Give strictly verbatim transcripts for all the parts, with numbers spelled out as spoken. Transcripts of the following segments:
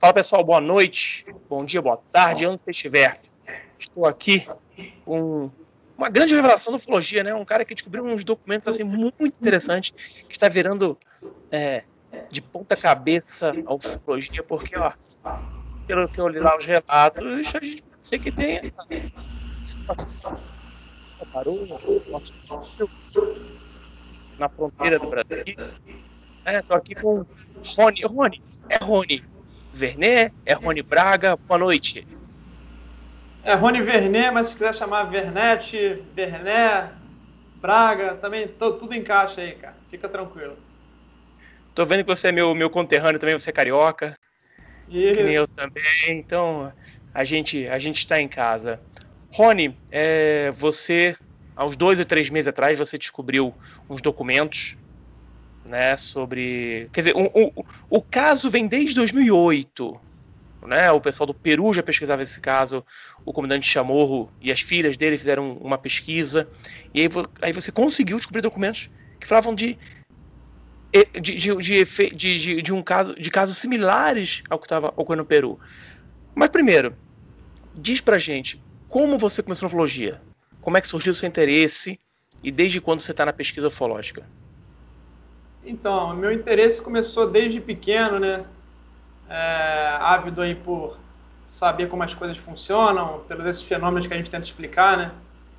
Fala pessoal, boa noite, bom dia, boa tarde, onde você estiver. Estou aqui com uma grande revelação da ufologia, né? Um cara que descobriu uns documentos assim muito interessantes que está virando é, de ponta cabeça a ufologia, porque ó, pelo que eu li lá os relatos, a gente pode ser que tenha parou na fronteira do Brasil. Estou aqui com Rony. Rony, é Rony Vernet? É Rony Braga? Boa noite. É Rony Vernet, mas se quiser chamar Vernete, Vernet, Braga, também tô, tudo encaixa aí, cara. Fica tranquilo. Tô vendo que você é meu, meu conterrâneo também, você é carioca. Isso. Que nem eu também, então a gente a gente está em casa. Rony, é, você, há uns dois ou três meses atrás, você descobriu uns documentos, né, sobre... Quer dizer, um, um, o caso vem desde dois mil e oito, né, o pessoal do Peru já pesquisava esse caso, o comandante Chamorro e as filhas dele fizeram uma pesquisa, e aí, aí você conseguiu descobrir documentos que falavam de De, de, de, de, de um caso, de casos similares ao que estava ocorrendo no Peru. Mas primeiro, diz pra gente como você começou na ufologia, como é que surgiu o seu interesse e desde quando você está na pesquisa ufológica. Então, meu interesse começou desde pequeno, né? É, ávido aí por saber como as coisas funcionam, pelos esses fenômenos que a gente tenta explicar, né?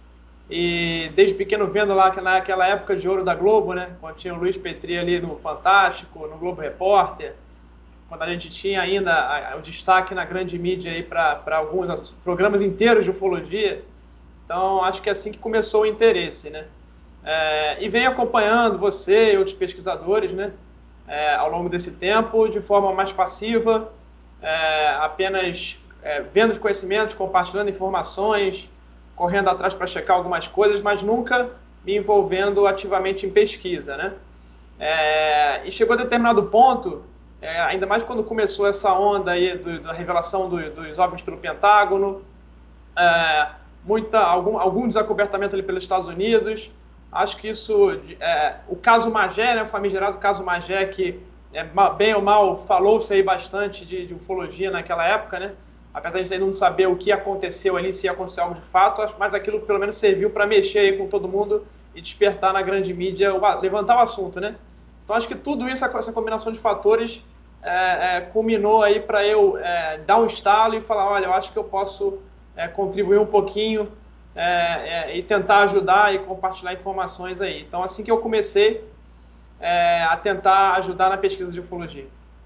E desde pequeno vendo lá naquela época de ouro da Globo, né? Quando tinha o Luiz Petri ali no Fantástico, no Globo Repórter, quando a gente tinha ainda a, a, o destaque na grande mídia aí para alguns programas inteiros de ufologia. Então, acho que é assim que começou o interesse, né? É, e venho acompanhando você e outros pesquisadores, né? É, ao longo desse tempo, de forma mais passiva, é, apenas é, vendo os conhecimentos, compartilhando informações, correndo atrás para checar algumas coisas, mas nunca me envolvendo ativamente em pesquisa, né? É, e chegou a determinado ponto, é, ainda mais quando começou essa onda aí do, da revelação do, dos OVNIs pelo Pentágono, é, muita, algum, algum desacobertamento ali pelos Estados Unidos. Acho que isso, é, o caso Magé, né, o famigerado caso Magé, que é, bem ou mal falou-se aí bastante de, de ufologia naquela época, né? Apesar de não saber o que aconteceu ali, se aconteceu algo de fato, mas aquilo pelo menos serviu para mexer aí com todo mundo e despertar na grande mídia, levantar o assunto, né? Então acho que tudo isso, essa combinação de fatores, é, é, culminou aí para eu é, dar um estalo e falar, olha, eu acho que eu posso é, contribuir um pouquinho é, é, e tentar ajudar e compartilhar informações aí. Então assim que eu comecei é, a tentar ajudar na pesquisa de ufologia.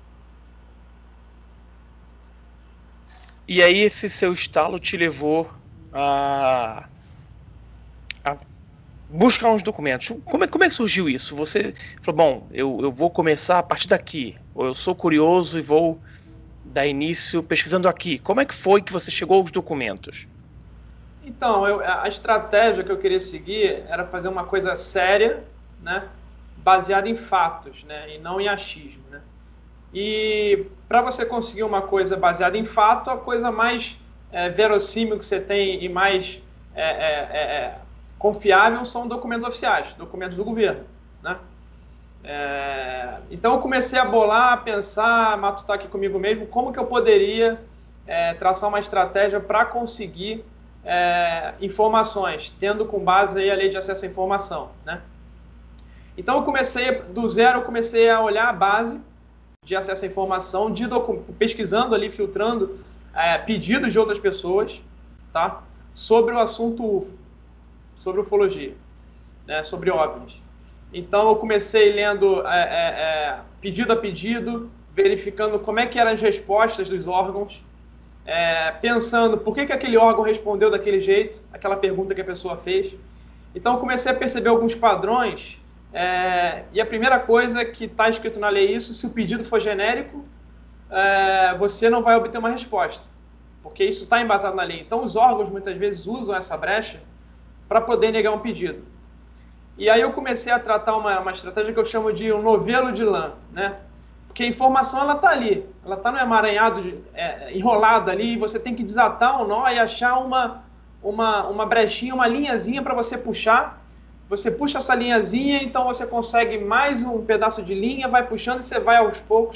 E aí esse seu estalo te levou a, a buscar uns documentos. Como é, como é que surgiu isso? Você falou, bom, eu, eu vou começar a partir daqui, ou eu sou curioso e vou dar início pesquisando aqui. Como é que foi que você chegou aos documentos? Então, eu, a estratégia que eu queria seguir era fazer uma coisa séria, né, baseada em fatos, né, e não em achismo, né? E para você conseguir uma coisa baseada em fato, a coisa mais é, verossímil que você tem e mais é, é, é, confiável são documentos oficiais, documentos do governo, né? É, então eu comecei a bolar, a pensar, a matutar aqui comigo mesmo, como que eu poderia é, traçar uma estratégia para conseguir é, informações, tendo com base aí a lei de acesso à informação, né? Então eu comecei, do zero, eu comecei a olhar a base de acesso à informação, de pesquisando ali, filtrando é, pedidos de outras pessoas, tá? Sobre o assunto U F O, sobre ufologia, né? Sobre OVNIs. Então eu comecei lendo é, é, é, pedido a pedido, verificando como é que eram as respostas dos órgãos, é, pensando por que, que aquele órgão respondeu daquele jeito, aquela pergunta que a pessoa fez. Então eu comecei a perceber alguns padrões. É, e a primeira coisa que está escrito na lei é isso: se o pedido for genérico, é, você não vai obter uma resposta, porque isso está embasado na lei. Então os órgãos muitas vezes usam essa brecha para poder negar um pedido. E aí eu comecei a tratar uma, uma estratégia que eu chamo de um novelo de lã, né? Porque a informação ela está ali, ela está no emaranhado, de, é, enrolada ali, e você tem que desatar um nó e achar uma, uma, uma brechinha, uma linhazinha para você puxar. Você puxa essa linhazinha, então você consegue mais um pedaço de linha, vai puxando e você vai aos poucos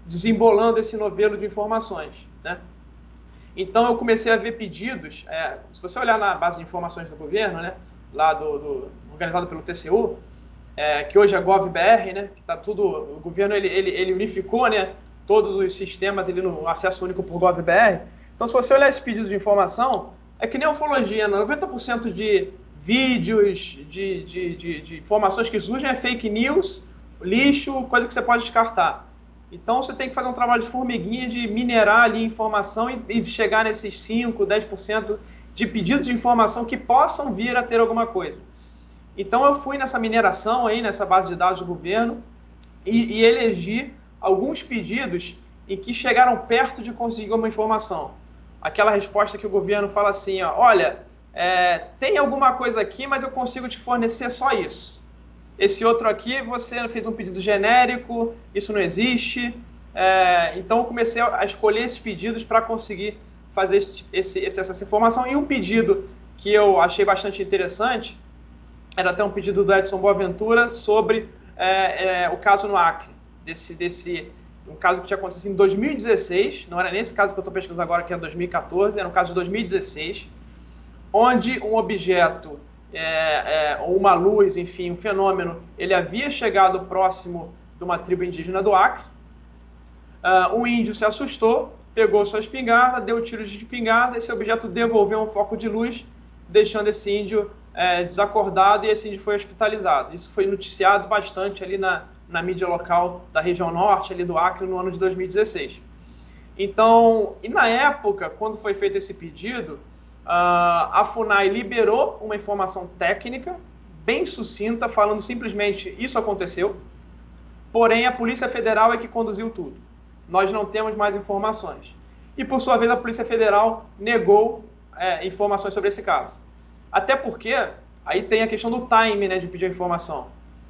desembolando esse novelo de informações, né? Então eu comecei a ver pedidos, é, se você olhar na base de informações do governo, né, lá do, do organizado pelo T C U, é, que hoje é GovBR, né, que tá tudo, o governo ele, ele, ele unificou, né, todos os sistemas ali no acesso único por GovBR. Então se você olhar esses pedidos de informação, é que nem ufologia, noventa por cento de vídeos, de, de, de, de informações que surgem é fake news, lixo, coisa que você pode descartar. Então você tem que fazer um trabalho de formiguinha, de minerar ali informação e, e chegar nesses cinco, dez por cento de pedidos de informação que possam vir a ter alguma coisa. Então eu fui nessa mineração aí, nessa base de dados do governo e, e elegi alguns pedidos em que chegaram perto de conseguir uma informação. Aquela resposta que o governo fala assim, ó, olha, é, tem alguma coisa aqui, mas eu consigo te fornecer só isso. Esse outro aqui, você fez um pedido genérico, isso não existe. É, então, eu comecei a escolher esses pedidos para conseguir fazer esse, esse, essa informação. E um pedido que eu achei bastante interessante, era até um pedido do Edson Boaventura sobre é, é, o caso no Acre. Desse, desse, um caso que tinha acontecido em dois mil e dezesseis, não era nesse caso que eu estou pesquisando agora, que é dois mil e quatorze, era um caso de dois mil e dezesseis, onde um objeto... É, é, ou uma luz, enfim, um fenômeno, ele havia chegado próximo de uma tribo indígena do Acre. Uh, um índio se assustou, pegou sua espingarda, deu tiros de espingarda, esse objeto devolveu um foco de luz, deixando esse índio é, desacordado, e esse índio foi hospitalizado. Isso foi noticiado bastante ali na, na mídia local da região norte, ali do Acre, no ano de dois mil e dezesseis. Então, e na época, quando foi feito esse pedido, Uh, a FUNAI liberou uma informação técnica, bem sucinta, falando simplesmente isso aconteceu, porém a Polícia Federal é que conduziu tudo. Nós não temos mais informações. E, por sua vez, a Polícia Federal negou é, informações sobre esse caso. Até porque, aí tem a questão do time, né, de pedir a informação.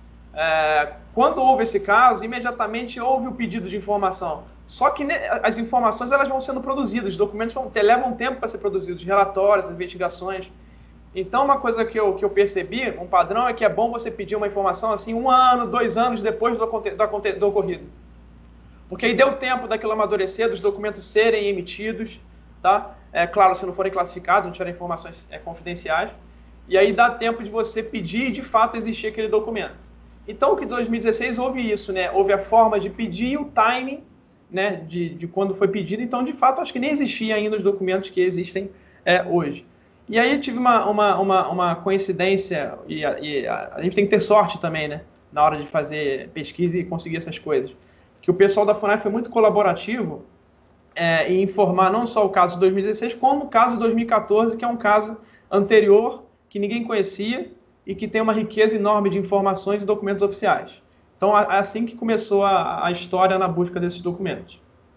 É, quando houve esse caso, imediatamente houve o pedido de informação. Só que né, as informações elas vão sendo produzidas, os documentos vão, levam tempo para ser produzidos, relatórios, investigações. Então, uma coisa que eu, que eu percebi, um padrão, é que é bom você pedir uma informação assim um ano, dois anos depois do, do, do ocorrido. Porque aí deu tempo daquilo amadurecer, dos documentos serem emitidos, tá? É claro, se não forem classificados, não tiverem informações é, confidenciais. E aí dá tempo de você pedir e, de fato, existir aquele documento. Então, que em dois mil e dezesseis houve isso, né? Houve a forma de pedir e o timing, né, de, de quando foi pedido. Então, de fato, acho que nem existia ainda os documentos que existem é, hoje. E aí tive uma, uma, uma, uma coincidência, e, a, e a, a gente tem que ter sorte também, né, na hora de fazer pesquisa e conseguir essas coisas. Que o pessoal da FUNAI foi muito colaborativo é, em informar não só o caso de dois mil e dezesseis, como o caso de dois mil e quatorze, que é um caso anterior, que ninguém conhecia, e que tem uma riqueza enorme de informações e documentos oficiais. Então, é assim que começou a, a história na busca desses documentos.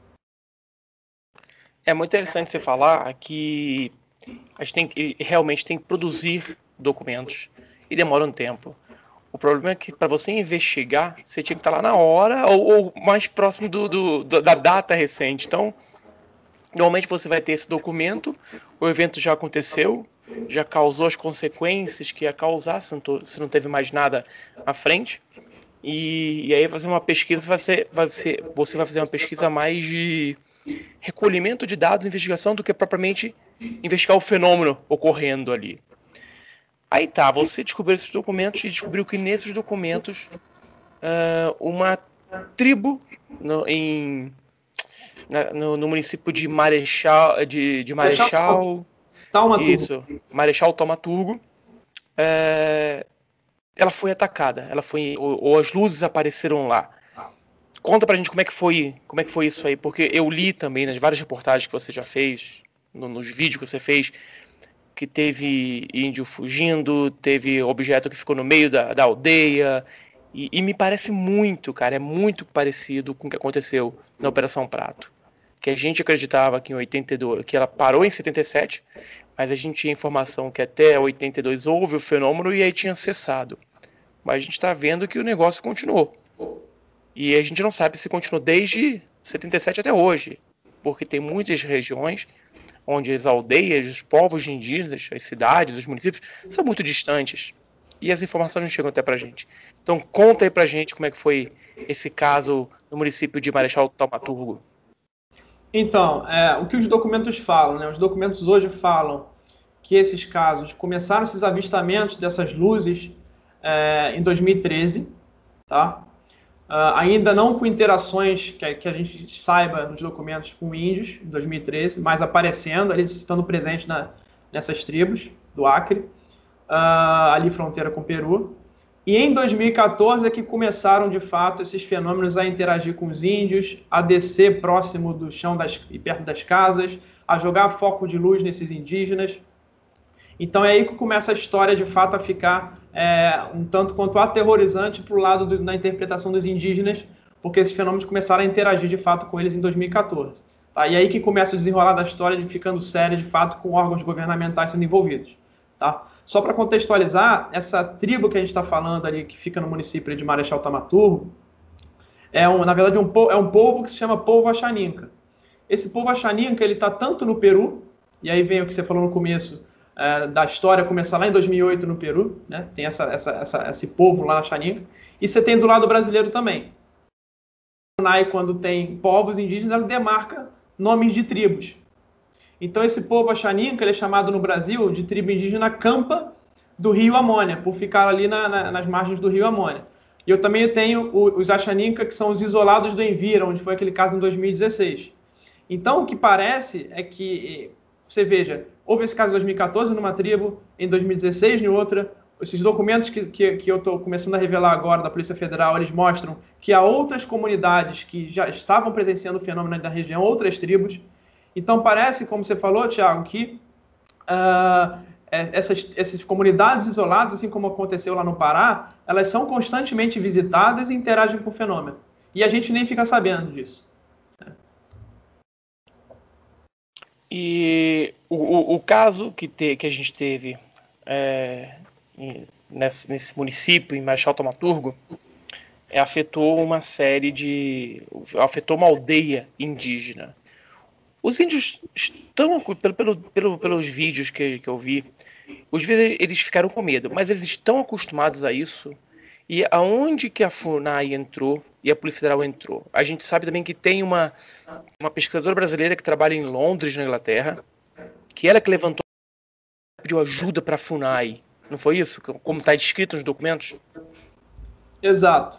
É muito interessante você falar que a gente tem que, realmente tem que produzir documentos e demora um tempo. O problema é que para você investigar, você tinha que estar lá na hora ou, ou mais próximo do, do, do, da data recente. Então, normalmente você vai ter esse documento, o evento já aconteceu, já causou as consequências que ia causar, se não, tô, se não teve mais nada à frente. E, e aí fazer uma pesquisa vai ser, vai ser, você vai fazer uma pesquisa mais de recolhimento de dados, investigação, do que propriamente investigar o fenômeno ocorrendo ali. Aí tá, você descobriu esses documentos e descobriu que nesses documentos uh, uma tribo no, em, na, no, no município de Marechal, de, de Marechal, Taumaturgo. Isso, Marechal Taumaturgo, uh, ela foi atacada, ela foi, ou, ou as luzes apareceram lá. Conta pra gente como é que foi, como é que foi isso aí, porque eu li também nas várias reportagens que você já fez, no, nos vídeos que você fez, que teve índio fugindo, teve objeto que ficou no meio da, da aldeia, e, e me parece muito, cara, é muito parecido com o que aconteceu na Operação Prato. Que a gente acreditava que em oitenta e dois, que ela parou em setenta e sete, mas a gente tinha informação que até oitenta e dois houve o fenômeno e aí tinha cessado. Mas a gente está vendo que o negócio continuou. E a gente não sabe se continuou desde setenta e sete até hoje, porque tem muitas regiões onde as aldeias, os povos indígenas, as cidades, os municípios, são muito distantes. e as informações não chegam até pra gente. Então conta aí pra gente como é que foi esse caso no município de Marechal Thaumaturgo. Então, é, o que os documentos falam, né? Os documentos hoje falam que esses casos começaram esses avistamentos dessas luzes é, em dois mil e treze, tá? Uh, ainda não com interações que, que a gente saiba nos documentos com índios, em dois mil e treze, mas aparecendo, eles estando presentes na, nessas tribos do Acre, uh, ali fronteira com o Peru. E em dois mil e quatorze é que começaram, de fato, esses fenômenos a interagir com os índios, a descer próximo do chão das, e perto das casas, a jogar foco de luz nesses indígenas. Então é aí que começa a história, de fato, a ficar é, um tanto quanto aterrorizante para o lado do, da interpretação dos indígenas, porque esses fenômenos começaram a interagir, de fato, com eles em dois mil e quatorze. Tá? E aí que começa o desenrolar da história, de ficando séria, de fato, com órgãos governamentais sendo envolvidos. Tá? Só para contextualizar, essa tribo que a gente está falando ali, que fica no município de Marechal Thaumaturgo, é um, na verdade, um, é um povo que se chama povo Axaninca. Esse povo Axaninca, ele está tanto no Peru, e aí vem o que você falou no começo, é, da história começar lá em dois mil e oito no Peru, né? Tem essa, essa, essa, esse povo lá na Axaninca, e você tem do lado brasileiro também. Quando tem povos indígenas, ela demarca nomes de tribos. Então esse povo Axaninca, ele é chamado no Brasil de tribo indígena Campa do Rio Amônia, por ficar ali na, na, nas margens do Rio Amônia. E eu também tenho o, os Axaninca, que são os isolados do Envira, onde foi aquele caso em dois mil e dezesseis. Então o que parece é que, você veja, houve esse caso em dois mil e quatorze numa tribo, em dois mil e dezesseis em outra. Esses documentos que, que, que eu estou começando a revelar agora da Polícia Federal, eles mostram que há outras comunidades que já estavam presenciando o fenômeno da região, outras tribos. Então parece, como você falou, Thiago, que uh, essas, essas comunidades isoladas, assim como aconteceu lá no Pará, elas são constantemente visitadas e interagem com o fenômeno. E a gente nem fica sabendo disso. E o, o, o caso que, te, que a gente teve é, nesse, nesse município, em Marechal Thaumaturgo, é, afetou uma série de... afetou uma aldeia indígena. Os índios estão, pelo, pelo, pelo, pelos vídeos que, que eu vi, os vídeos eles ficaram com medo, mas eles estão acostumados a isso. E aonde que a FUNAI entrou e a Polícia Federal entrou? A gente sabe também que tem uma, uma pesquisadora brasileira que trabalha em Londres, na Inglaterra, que ela que levantou, pediu ajuda para a FUNAI. Não foi isso? Como está escrito nos documentos? Exato.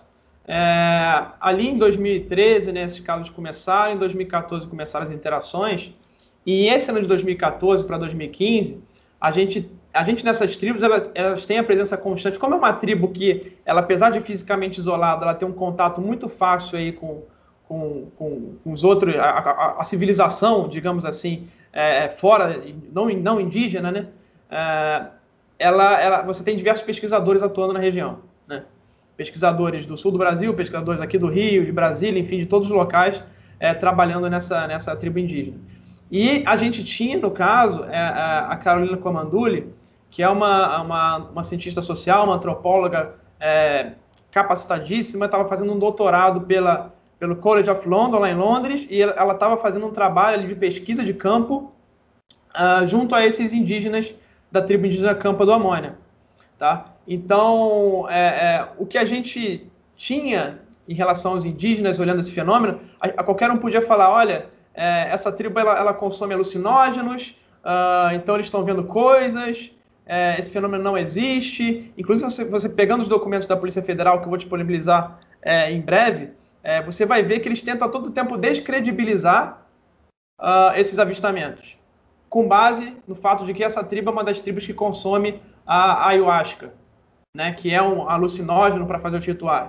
É, ali em dois mil e treze, né, esses casos começaram, em dois mil e quatorze começaram as interações, e esse ano de dois mil e quatorze para dois mil e quinze, a gente, a gente nessas tribos, elas, elas têm a presença constante. Como é uma tribo que, ela, apesar de fisicamente isolada, ela tem um contato muito fácil aí com, com, com, com os outros, a, a, a civilização, digamos assim, é, fora, não, não indígena, né? É, ela, ela, você tem diversos pesquisadores atuando na região, né? Pesquisadores do sul do Brasil, pesquisadores aqui do Rio, de Brasília, enfim, de todos os locais, é, trabalhando nessa, nessa tribo indígena. E a gente tinha, no caso, é, a Carolina Comandulli, que é uma, uma, uma cientista social, uma antropóloga é, capacitadíssima, estava fazendo um doutorado pela, pelo College of London, lá em Londres, e ela estava fazendo um trabalho de pesquisa de campo uh, junto a esses indígenas da tribo indígena Campa do Amônia. Tá? Então, é, é, o que a gente tinha em relação aos indígenas, olhando esse fenômeno, a, a qualquer um podia falar, olha, é, essa tribo ela, ela consome alucinógenos, uh, então eles estão vendo coisas, é, esse fenômeno não existe. Inclusive, você, você pegando os documentos da Polícia Federal, que eu vou disponibilizar é, em breve, é, você vai ver que eles tentam a todo tempo descredibilizar uh, esses avistamentos, com base no fato de que essa tribo é uma das tribos que consome a ayahuasca, né, que é um alucinógeno para fazer os rituais.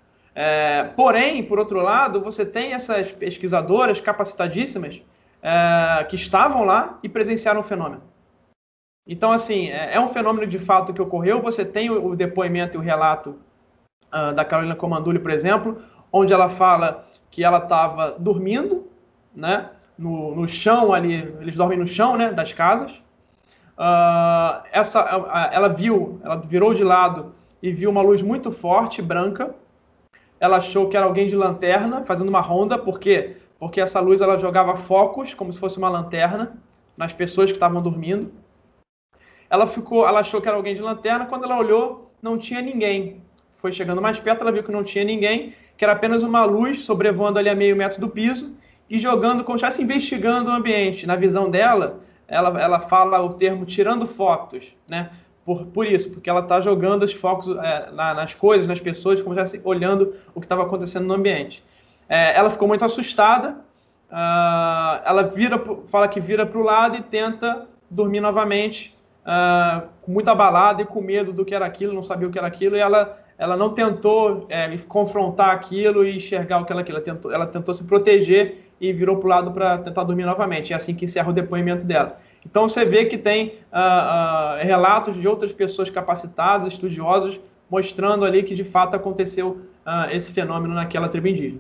É, porém, por outro lado, você tem essas pesquisadoras capacitadíssimas é, que estavam lá e presenciaram o fenômeno. Então, assim, é, é um fenômeno de fato que ocorreu. Você tem o, o depoimento e o relato uh, da Carolina Comandulli, por exemplo, onde ela fala que ela estava dormindo, né, no, no chão ali, eles dormem no chão, né, das casas. Uh, essa, ela viu, ela virou de lado e viu uma luz muito forte, branca. Ela achou que era alguém de lanterna fazendo uma ronda. Por quê? Porque essa luz ela jogava focos, como se fosse uma lanterna, nas pessoas que estavam dormindo. Ela ficou, ela achou que era alguém de lanterna. Quando ela olhou, não tinha ninguém. Foi chegando mais perto, ela viu que não tinha ninguém, que era apenas uma luz sobrevoando ali a meio metro do piso e jogando, como se estivesse investigando o ambiente. Na visão dela, ela, ela fala o termo tirando fotos, né? Por, por isso, porque ela está jogando os focos é, na, nas coisas, nas pessoas, como já olhando o que estava acontecendo no ambiente. É, ela ficou muito assustada, uh, ela vira, fala que vira para o lado e tenta dormir novamente, uh, com muita abalada e com medo do que era aquilo, não sabia o que era aquilo, e ela, ela não tentou é, confrontar aquilo e enxergar o que era aquilo, ela tentou, ela tentou se proteger e virou para o lado para tentar dormir novamente. É assim que encerra o depoimento dela. Então você vê que tem uh, uh, relatos de outras pessoas capacitadas, estudiosos, mostrando ali que de fato aconteceu uh, esse fenômeno naquela tribo indígena.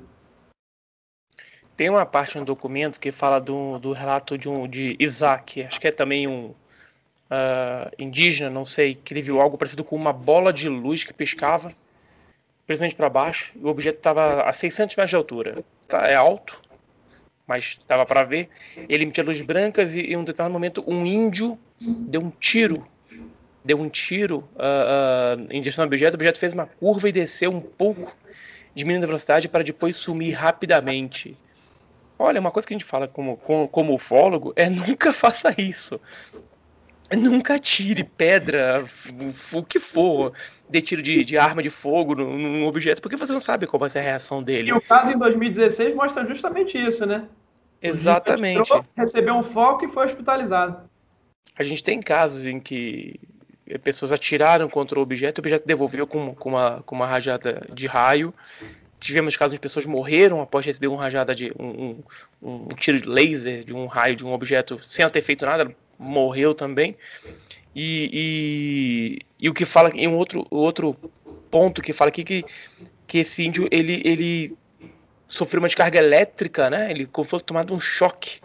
Tem uma parte no documento que fala do, do relato de, um, de Isaac, acho que é também um uh, indígena, não sei, que ele viu algo parecido com uma bola de luz que piscava, principalmente para baixo, e o objeto estava a seiscentos metros de altura. Tá, é alto, mas dava para ver. Ele emitia luz brancas e em um determinado momento um índio deu um tiro, deu um tiro uh, uh, em direção ao objeto. O objeto fez uma curva e desceu um pouco, diminuindo a velocidade para depois sumir rapidamente. Olha, uma coisa que a gente fala como, como, como ufólogo é nunca faça isso. Nunca tire pedra, o que for, dê tiro de, de arma de fogo num objeto, porque você não sabe qual vai ser a reação dele. E o caso em dois mil e dezesseis mostra justamente isso, né? Exatamente. Entrou, recebeu um foco e foi hospitalizado. A gente tem casos em que pessoas atiraram contra o objeto, o objeto devolveu com, com, uma, com uma rajada de raio. Tivemos casos de pessoas morreram após receber uma rajada de um, um, um tiro de laser, de um raio de um objeto, sem ela ter feito nada, ela morreu também. E, e, e o que fala em um outro, outro ponto que fala aqui que, que esse índio ele, ele sofreu uma descarga elétrica, né? Ele como fosse tomado um choque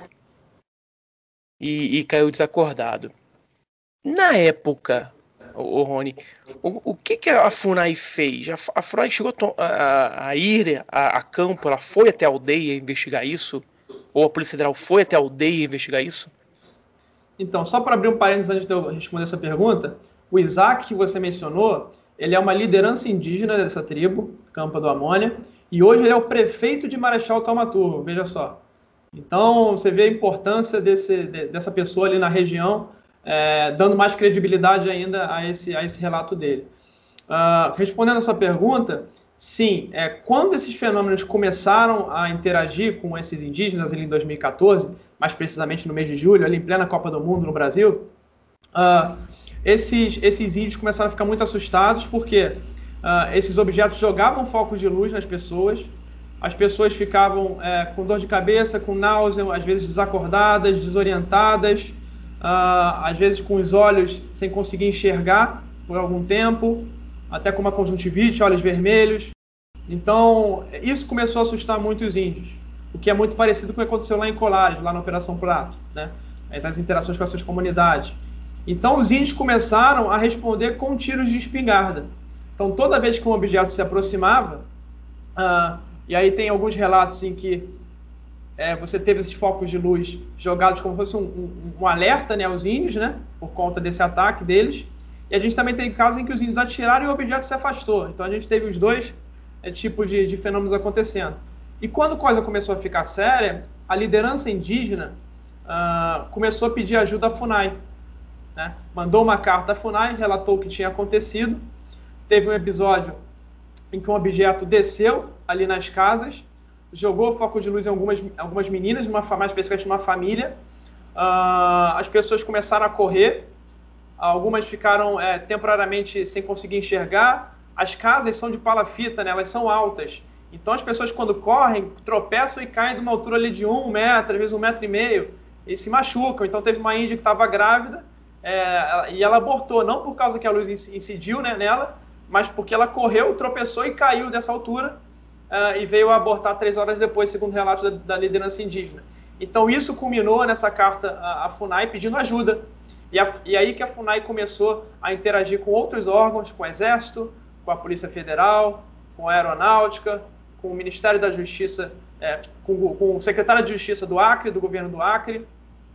e, e caiu desacordado. Na época, o Rony, o, o que, que a FUNAI fez? A, a FUNAI chegou a, a, a ir a, a campo, ela foi até a aldeia investigar isso? Ou a Polícia Federal foi até a aldeia investigar isso? Então, só para abrir um parênteses antes de eu responder essa pergunta, o Isaac que você mencionou, ele é uma liderança indígena dessa tribo, Campo do Amônia, e hoje ele é o prefeito de Marechal Taumaturgo, veja só. Então, você vê a importância desse, dessa pessoa ali na região, É, dando mais credibilidade ainda a esse, a esse relato dele. Uh, respondendo a sua pergunta, sim, é, quando esses fenômenos começaram a interagir com esses indígenas ali em dois mil e quatorze, mais precisamente no mês de julho, ali em plena Copa do Mundo no Brasil, uh, esses, esses índios começaram a ficar muito assustados porque uh, esses objetos jogavam focos de luz nas pessoas, as pessoas ficavam é, com dor de cabeça, com náusea, às vezes desacordadas, desorientadas, Uh, às vezes com os olhos sem conseguir enxergar por algum tempo, até com uma conjuntivite, olhos vermelhos. Então, isso começou a assustar muito os índios, o que é muito parecido com o que aconteceu lá em Colares, lá na Operação Prato, né? As interações com as suas comunidades. Então, os índios começaram a responder com tiros de espingarda. Então, toda vez que um objeto se aproximava, uh, e aí tem alguns relatos em que É, você teve esses focos de luz jogados como se fosse um, um, um alerta, né, aos índios, né, por conta desse ataque deles. E a gente também tem casos em que os índios atiraram e o objeto se afastou. Então a gente teve os dois é, tipos de, de fenômenos acontecendo. E quando a coisa começou a ficar séria, a liderança indígena uh, começou a pedir ajuda à FUNAI. Né? Mandou uma carta à FUNAI, relatou o que tinha acontecido. Teve um episódio em que um objeto desceu ali nas casas, jogou foco de luz em algumas, algumas meninas, numa, mais especificamente numa família. Uh, as pessoas começaram a correr, algumas ficaram é, temporariamente sem conseguir enxergar. As casas são de palafita, né? Elas são altas. Então as pessoas quando correm, tropeçam e caem de uma altura ali de um metro, às vezes um metro e meio, e se machucam. Então teve uma índia que estava grávida é, e ela abortou, não por causa que a luz incidiu, né, nela, mas porque ela correu, tropeçou e caiu dessa altura. Uh, e veio a abortar três horas depois, segundo o relato da, da liderança indígena. Então isso culminou nessa carta à, à FUNAI pedindo ajuda. E, a, e aí que a FUNAI começou a interagir com outros órgãos, com o Exército, com a Polícia Federal, com a Aeronáutica, com o Ministério da Justiça, é, com, com o Secretário de Justiça do Acre, do governo do Acre.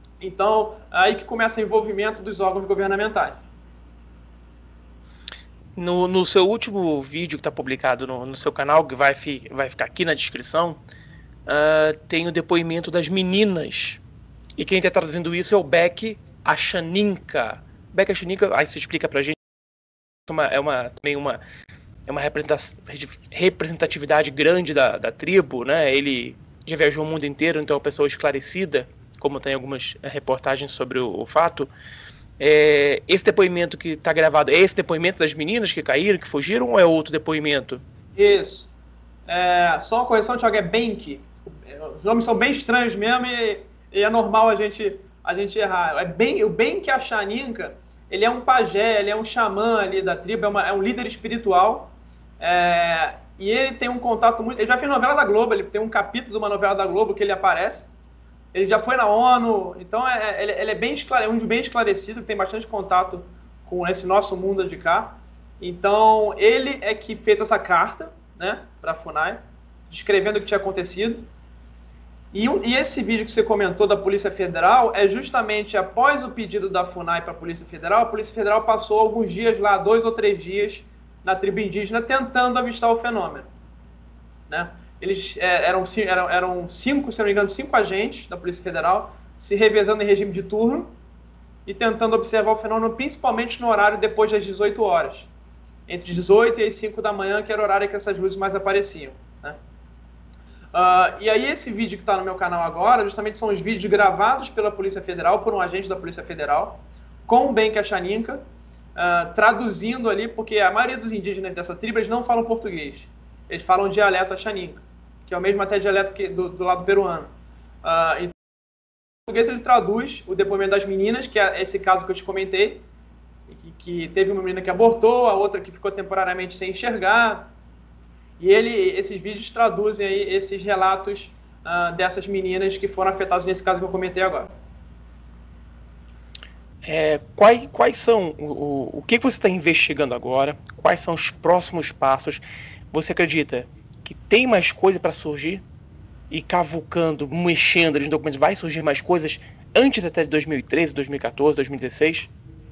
Então, aí que começa o envolvimento dos órgãos governamentais. No, no seu último vídeo que está publicado no, no seu canal, que vai, fi, vai ficar aqui na descrição, uh, tem o depoimento das meninas. E quem está traduzindo isso é o Beck Achaninka. Beck Achaninka, aí você explica pra gente, é uma, é uma, também uma, é uma representatividade grande da, da tribo, né? Ele já viajou o mundo inteiro, então é uma pessoa esclarecida, como tem algumas reportagens sobre o, o fato. É, esse depoimento que está gravado, é esse depoimento das meninas que caíram, que fugiram, ou é outro depoimento? Isso. É, só uma correção, Thiago, é Benk. Os nomes são bem estranhos mesmo e, e é normal a gente, a gente errar. É bem, o Benk Achaninka, ele é um pajé, ele é um xamã ali da tribo, é, uma, é um líder espiritual. É, e ele tem um contato muito... Ele já fez novela da Globo, ele tem um capítulo de uma novela da Globo que ele aparece. Ele já foi na ONU, então é, ele, ele é bem, esclare, um bem esclarecido, tem bastante contato com esse nosso mundo de cá. Então, ele é que fez essa carta, né, para a FUNAI, descrevendo o que tinha acontecido. E, e esse vídeo que você comentou da Polícia Federal é justamente após o pedido da FUNAI para a Polícia Federal. A Polícia Federal passou alguns dias lá, dois ou três dias, na tribo indígena, tentando avistar o fenômeno, né? Eles é, eram, eram, eram cinco, se não me engano, cinco agentes da Polícia Federal se revezando em regime de turno e tentando observar o fenômeno, principalmente no horário depois das dezoito horas. Entre dezoito e as cinco da manhã, que era o horário que essas luzes mais apareciam, né? Uh, e aí esse vídeo que está no meu canal agora, justamente são os vídeos gravados pela Polícia Federal, por um agente da Polícia Federal, com o Benk Achaninka, uh, traduzindo ali, porque a maioria dos indígenas dessa tribo, eles não falam português. Eles falam dialeto Achaninka, que é o mesmo até dialeto que do, do lado peruano. Uh, então, em português ele traduz o depoimento das meninas, que é esse caso que eu te comentei, que, que teve uma menina que abortou, a outra que ficou temporariamente sem enxergar, e ele, esses vídeos traduzem aí esses relatos uh, dessas meninas que foram afetadas nesse caso que eu comentei agora. É, quais, quais são, o, o que você está investigando agora? Quais são os próximos passos? Você acredita que tem mais coisa para surgir? E cavucando, mexendo nos documentos, vai surgir mais coisas antes até de dois mil e treze, dois mil e quatorze, dois mil e dezesseis?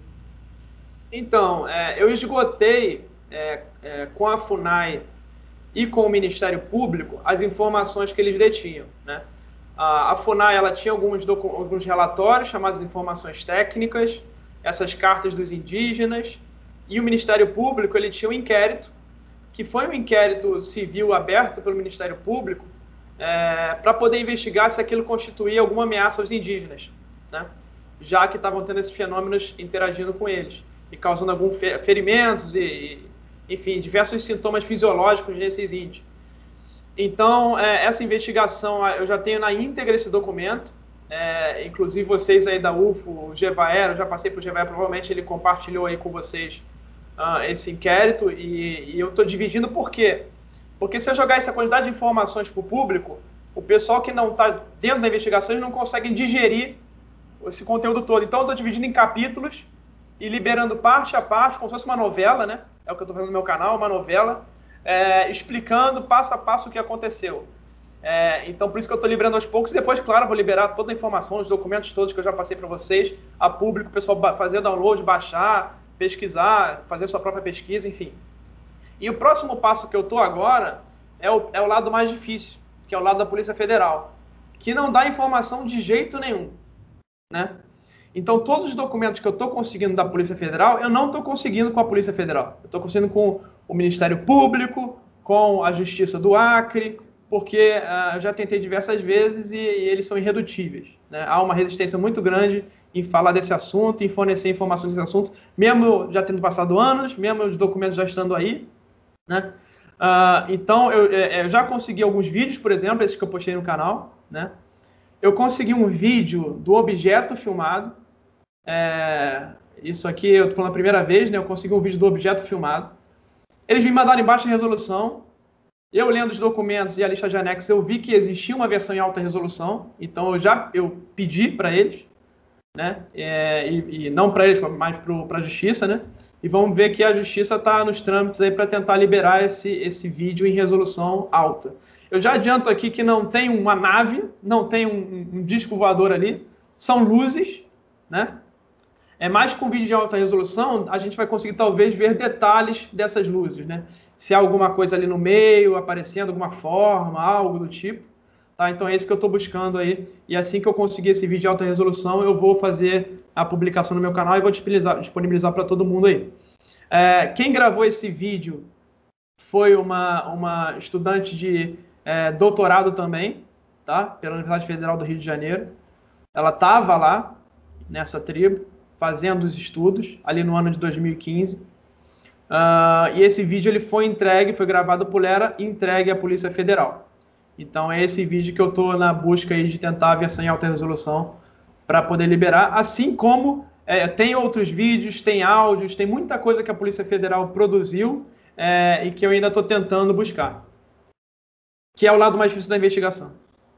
Então, é, eu esgotei é, é, com a FUNAI e com o Ministério Público as informações que eles detinham, né? A, a FUNAI ela tinha alguns, alguns relatórios chamados informações técnicas, essas cartas dos indígenas, e o Ministério Público ele tinha um inquérito, que foi um inquérito civil aberto pelo Ministério Público, é, para poder investigar se aquilo constituía alguma ameaça aos indígenas, né? Já que estavam tendo esses fenômenos interagindo com eles e causando alguns ferimentos e, enfim, diversos sintomas fisiológicos nesses índios. Então, é, essa investigação, eu já tenho na íntegra esse documento, é, inclusive vocês aí da U F O, o Gevaer, eu já passei para o Gevaer, provavelmente ele compartilhou aí com vocês uh, esse inquérito, e, e eu estou dividindo por quê? Porque se eu jogar essa quantidade de informações para o público, o pessoal que não está dentro da investigação, eles não conseguem digerir esse conteúdo todo. Então, eu estou dividindo em capítulos e liberando parte a parte, como se fosse uma novela, né? É o que eu estou fazendo no meu canal, uma novela, é, explicando passo a passo o que aconteceu. É, então, por isso que eu estou liberando aos poucos. E depois, claro, vou liberar toda a informação, os documentos todos que eu já passei para vocês, a público, o pessoal fazer download, baixar, pesquisar, fazer sua própria pesquisa, enfim. E o próximo passo que eu estou agora é o, é o lado mais difícil, que é o lado da Polícia Federal, que não dá informação de jeito nenhum, né? Então, todos os documentos que eu estou conseguindo da Polícia Federal, eu não estou conseguindo com a Polícia Federal. Eu estou conseguindo com o Ministério Público, com a Justiça do Acre, porque uh, eu já tentei diversas vezes e, e eles são irredutíveis, né? Há uma resistência muito grande em falar desse assunto, em fornecer informações desse assunto, mesmo já tendo passado anos, mesmo os documentos já estando aí, né? Uh, então, eu, eu já consegui alguns vídeos, por exemplo, esses que eu postei no canal, né? Eu consegui um vídeo do objeto filmado. É, isso aqui eu estou falando a primeira vez, né? Eu consegui um vídeo do objeto filmado. Eles me mandaram em baixa resolução. Eu lendo os documentos e a lista de anexos, eu vi que existia uma versão em alta resolução. Então eu já eu pedi para eles, né? É, e, e não para eles, mas para a justiça, né? E vamos ver que a justiça está nos trâmites aí para tentar liberar esse, esse vídeo em resolução alta. Eu já adianto aqui que não tem uma nave, não tem um, um disco voador ali, são luzes, né? É mais com vídeo de alta resolução, a gente vai conseguir talvez ver detalhes dessas luzes, né? Se há alguma coisa ali no meio, aparecendo alguma forma, algo do tipo. Tá? Então é isso que eu estou buscando aí. E assim que eu conseguir esse vídeo de alta resolução, eu vou fazer a publicação no meu canal e vou disponibilizar, disponibilizar para todo mundo aí. É, quem gravou esse vídeo foi uma, uma estudante de é, doutorado também, tá? Pela Universidade Federal do Rio de Janeiro. Ela estava lá, nessa tribo, fazendo os estudos, ali no ano de dois mil e quinze. Uh, e esse vídeo ele foi entregue, foi gravado por ela e entregue à Polícia Federal. Então é esse vídeo que eu estou na busca aí de tentar a versão em alta resolução para poder liberar, assim como é, tem outros vídeos, tem áudios, tem muita coisa que a Polícia Federal produziu é, e que eu ainda estou tentando buscar, que é o lado mais difícil da investigação.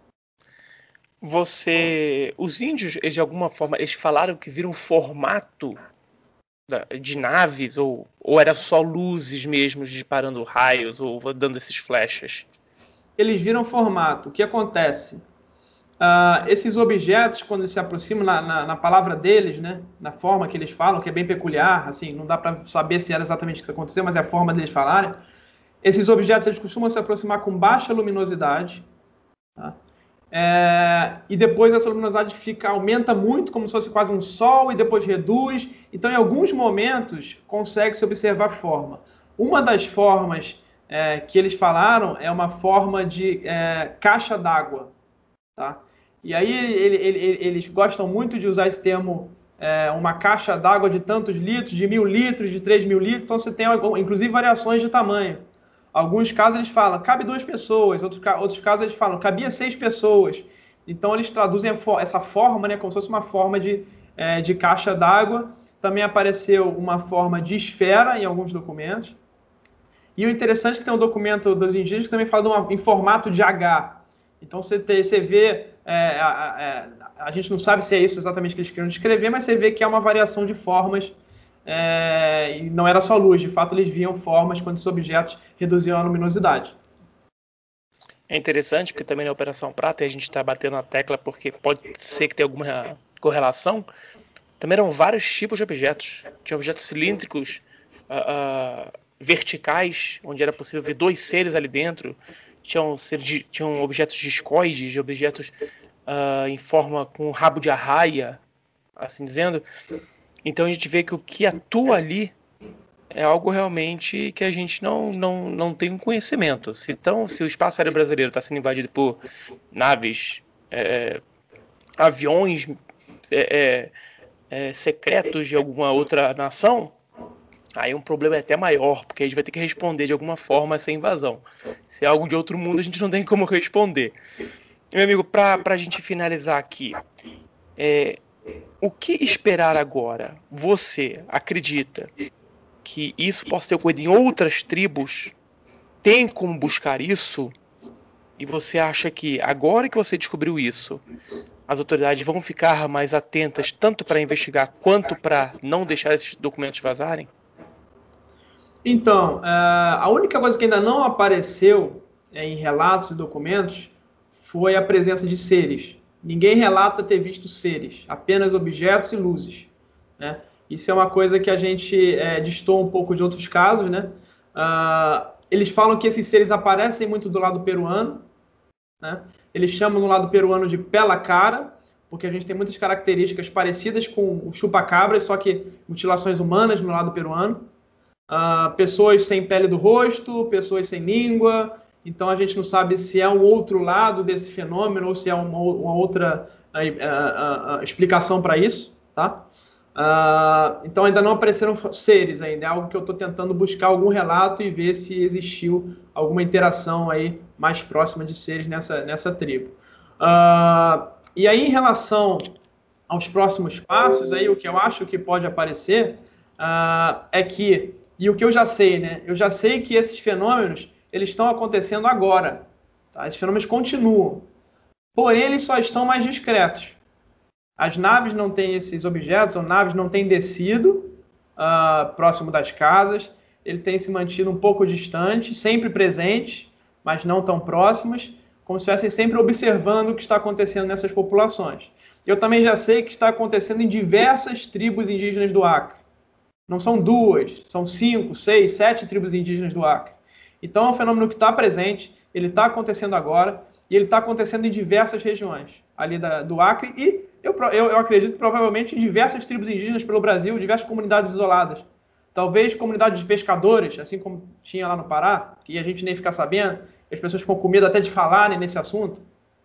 Você, os índios, eles, de alguma forma, eles falaram que viram um formato de naves ou, ou era só luzes mesmo disparando raios ou dando esses flashes? Eles viram formato. O que acontece? Uh, esses objetos, quando eles se aproximam na, na, na palavra deles, né, na forma que eles falam, que é bem peculiar, assim, não dá para saber se era exatamente o que aconteceu, mas é a forma deles falarem. Esses objetos eles costumam se aproximar com baixa luminosidade, tá? É, e depois essa luminosidade fica, aumenta muito, como se fosse quase um sol, e depois reduz. Então, em alguns momentos, consegue-se observar forma. Uma das formas é, que eles falaram é uma forma de é, caixa d'água. Tá? E aí ele, ele, ele, eles gostam muito de usar esse termo, é, uma caixa d'água de tantos litros, de mil litros, de três mil litros. Então, você tem, inclusive, variações de tamanho. Alguns casos eles falam, cabe duas pessoas. Outros, outros casos eles falam, cabia seis pessoas. Então, eles traduzem essa forma, né, como se fosse uma forma de, é, de caixa d'água. Também apareceu uma forma de esfera em alguns documentos. E o interessante é que tem um documento dos indígenas que também fala de uma, em formato de H. Então, você, tem, você vê... É, a, a, a gente não sabe se é isso exatamente que eles queriam descrever, mas você vê que é uma variação de formas. É, e não era só luz, de fato eles viam formas quando os objetos reduziam a luminosidade. É interessante porque também na Operação Prata, e a gente está batendo na tecla porque pode ser que tenha alguma correlação, também eram vários tipos de objetos. Tinha objetos cilíndricos, uh, uh, verticais, onde era possível ver dois seres ali dentro. Tinham, tinham objetos discoides, objetos uh, em forma com rabo de arraia, assim dizendo. Então a gente vê que o que atua ali é algo realmente que a gente não, não, não tem um conhecimento. Se, então, se o espaço aéreo brasileiro está sendo invadido por naves, é, aviões é, é, secretos de alguma outra nação, aí um problema é até maior, porque a gente vai ter que responder de alguma forma essa invasão. Se é algo de outro mundo, a gente não tem como responder. E, meu amigo, para a gente finalizar aqui, é... o que esperar agora? Você acredita que isso possa ter ocorrido em outras tribos? Tem como buscar isso? E você acha que agora que você descobriu isso, as autoridades vão ficar mais atentas tanto para investigar quanto para não deixar esses documentos vazarem? Então, a única coisa que ainda não apareceu em relatos e documentos foi a presença de seres. Ninguém relata ter visto seres, apenas objetos e luzes, né? Isso é uma coisa que a gente é, distou um pouco de outros casos, né? Uh, eles falam que esses seres aparecem muito do lado peruano, né? Eles chamam no lado peruano de pela cara, porque a gente tem muitas características parecidas com o chupa-cabras, só que mutilações humanas no lado peruano. Uh, pessoas sem pele do rosto, pessoas sem língua. Então, a gente não sabe se é um outro lado desse fenômeno ou se é uma, uma outra uh, uh, uh, explicação para isso, tá? Uh, então, ainda não apareceram seres ainda. É algo que eu estou tentando buscar algum relato e ver se existiu alguma interação aí mais próxima de seres nessa, nessa tribo. Uh, e aí, em relação aos próximos passos, aí, o que eu acho que pode aparecer uh, é que, e o que eu já sei, né? Eu já sei que esses fenômenos eles estão acontecendo agora. Tá? Esses fenômenos continuam. Porém, eles só estão mais discretos. As naves não têm esses objetos, ou naves não têm descido uh, próximo das casas. Ele tem se mantido um pouco distante, sempre presentes, mas não tão próximas, como se estivessem sempre observando o que está acontecendo nessas populações. Eu também já sei que está acontecendo em diversas tribos indígenas do Acre. Não são duas, são cinco, seis, sete tribos indígenas do Acre. Então é um fenômeno que está presente, ele está acontecendo agora, e ele está acontecendo em diversas regiões ali da, do Acre, e eu, eu, eu acredito provavelmente em diversas tribos indígenas pelo Brasil, diversas comunidades isoladas. Talvez comunidades de pescadores, assim como tinha lá no Pará, que a gente nem fica sabendo, as pessoas ficam com medo até de falarem nesse assunto.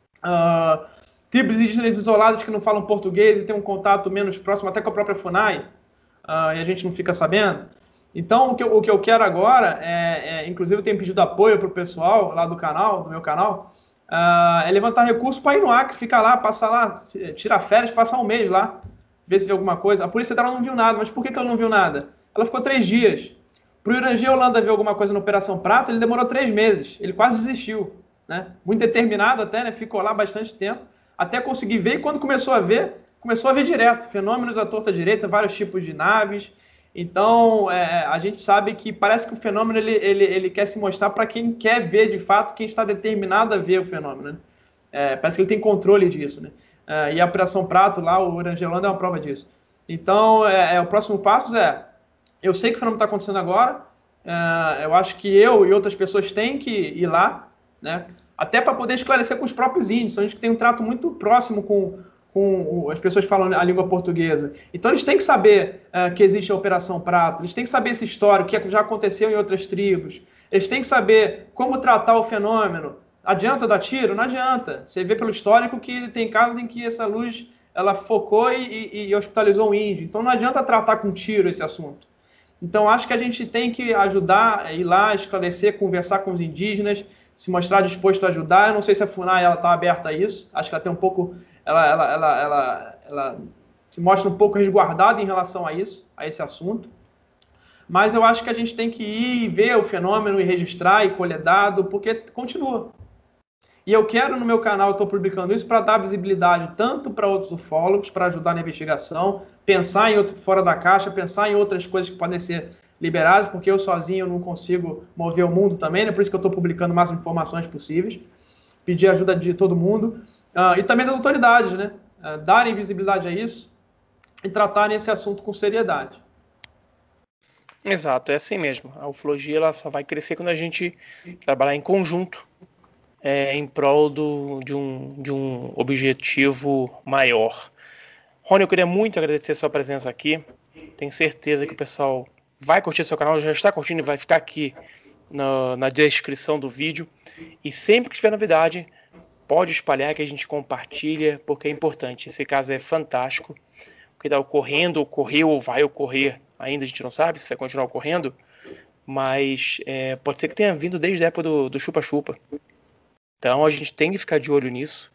Uh, tribos indígenas isoladas que não falam português e têm um contato menos próximo até com a própria FUNAI, uh, e a gente não fica sabendo. Então, o que eu, o que eu quero agora, é, é, inclusive eu tenho pedido apoio para o pessoal lá do canal, do meu canal, uh, é levantar recursos para ir no Acre, ficar lá, passar lá, tirar férias, passar um mês lá, ver se vê alguma coisa. A Polícia Federal não viu nada, mas por que, que ela não viu nada? Ela ficou três dias. Para o Irangê Holanda ver alguma coisa na Operação Prato, ele demorou três meses. Ele quase desistiu, né? Muito determinado até, né? Ficou lá bastante tempo, até conseguir ver. E quando começou a ver, começou a ver direto. Fenômenos à torta direita, vários tipos de naves. Então, é, a gente sabe que parece que o fenômeno ele, ele, ele quer se mostrar para quem quer ver, de fato, quem está determinado a ver o fenômeno, né? É, parece que ele tem controle disso, né? É, e a Operação Prato lá, o Irangê Holanda é uma prova disso. Então, é, é, o próximo passo é... Eu sei que o fenômeno está acontecendo agora, uh, eu acho que eu e outras pessoas têm que ir lá, né, até para poder esclarecer com os próprios índios. São índios que têm um trato muito próximo com, com as pessoas que falam a língua portuguesa. Então eles têm que saber uh, que existe a Operação Prato, eles têm que saber esse histórico, que já aconteceu em outras tribos, eles têm que saber como tratar o fenômeno. Adianta dar tiro? Não adianta. Você vê pelo histórico que tem casos em que essa luz ela focou e, e, e hospitalizou um índio. Então não adianta tratar com tiro esse assunto. Então, acho que a gente tem que ajudar, ir lá, esclarecer, conversar com os indígenas, se mostrar disposto a ajudar. Eu não sei se a FUNAI está aberta a isso. Acho que ela tem um pouco... Ela, ela, ela, ela, ela se mostra um pouco resguardada em relação a isso, a esse assunto. Mas eu acho que a gente tem que ir e ver o fenômeno e registrar e colher dado, porque continua. E eu quero, no meu canal, estou publicando isso para dar visibilidade tanto para outros ufólogos, para ajudar na investigação, pensar em outro, fora da caixa, pensar em outras coisas que podem ser liberadas, porque eu sozinho não consigo mover o mundo também, né? Por isso que eu estou publicando o máximo de informações possíveis, pedir ajuda de todo mundo, uh, e também das autoridades, né? Uh, darem visibilidade a isso e tratarem esse assunto com seriedade. Exato, é assim mesmo. A ufologia ela só vai crescer quando a gente trabalhar em conjunto, É, em prol do, de, um, de um objetivo maior. Rony, eu queria muito agradecer a sua presença aqui. Tenho certeza que o pessoal vai curtir seu canal, já está curtindo e vai ficar aqui na, na descrição do vídeo. E sempre que tiver novidade, pode espalhar que a gente compartilha, porque é importante. Esse caso é fantástico. O que está ocorrendo, ocorreu ou vai ocorrer, ainda a gente não sabe se vai continuar ocorrendo, mas é, pode ser que tenha vindo desde a época do, do chupa-chupa. Então a gente tem que ficar de olho nisso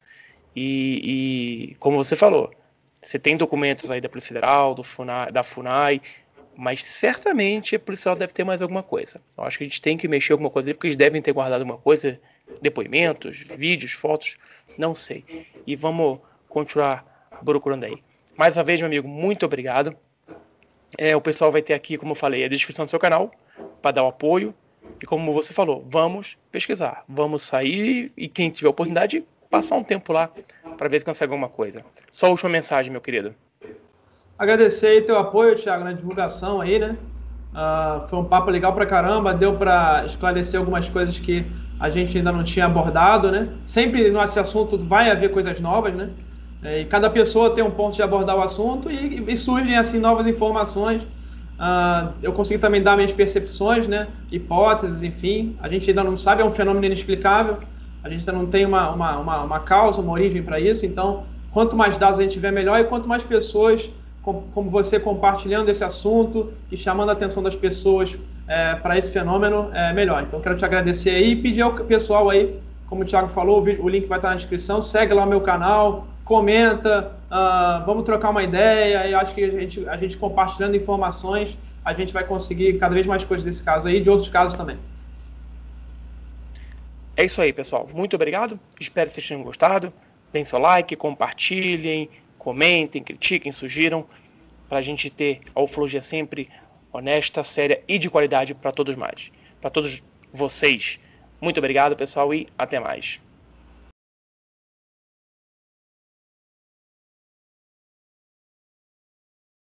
e, e como você falou, você tem documentos aí da Polícia Federal, do FUNAI, da FUNAI, mas certamente a Polícia Federal deve ter mais alguma coisa. Eu acho que a gente tem que mexer alguma coisa aí, porque eles devem ter guardado alguma coisa, depoimentos, vídeos, fotos, não sei. E vamos continuar procurando aí. Mais uma vez, meu amigo, muito obrigado. É, o pessoal vai ter aqui, como eu falei, a descrição do seu canal, para dar o apoio. E como você falou, vamos pesquisar, vamos sair e quem tiver oportunidade, passar um tempo lá para ver se consegue alguma coisa. Só a última mensagem, meu querido. Agradecer aí teu apoio, Thiago, na divulgação aí, né? Uh, foi um papo legal pra caramba, deu para esclarecer algumas coisas que a gente ainda não tinha abordado, né? Sempre no esse assunto vai haver coisas novas, né? E cada pessoa tem um ponto de abordar o assunto e, e surgem assim novas informações. Uh, eu consegui também dar minhas percepções, né? Hipóteses, enfim. A gente ainda não sabe, é um fenômeno inexplicável. A gente ainda não tem uma, uma, uma, uma causa, uma origem para isso. Então, quanto mais dados a gente tiver, melhor. E quanto mais pessoas, como, como você, compartilhando esse assunto e chamando a atenção das pessoas é, para esse fenômeno, é melhor. Então, quero te agradecer aí e pedir ao pessoal aí, como o Thiago falou, o link vai estar na descrição. Segue lá o meu canal, comenta, uh, vamos trocar uma ideia, e acho que a gente, a gente compartilhando informações, a gente vai conseguir cada vez mais coisas desse caso aí e de outros casos também. É isso aí, pessoal. Muito obrigado. Espero que vocês tenham gostado. Deem seu like, compartilhem, comentem, critiquem, sugiram, para a gente ter a ufologia sempre honesta, séria e de qualidade para todos mais, para todos vocês. Muito obrigado, pessoal, e até mais.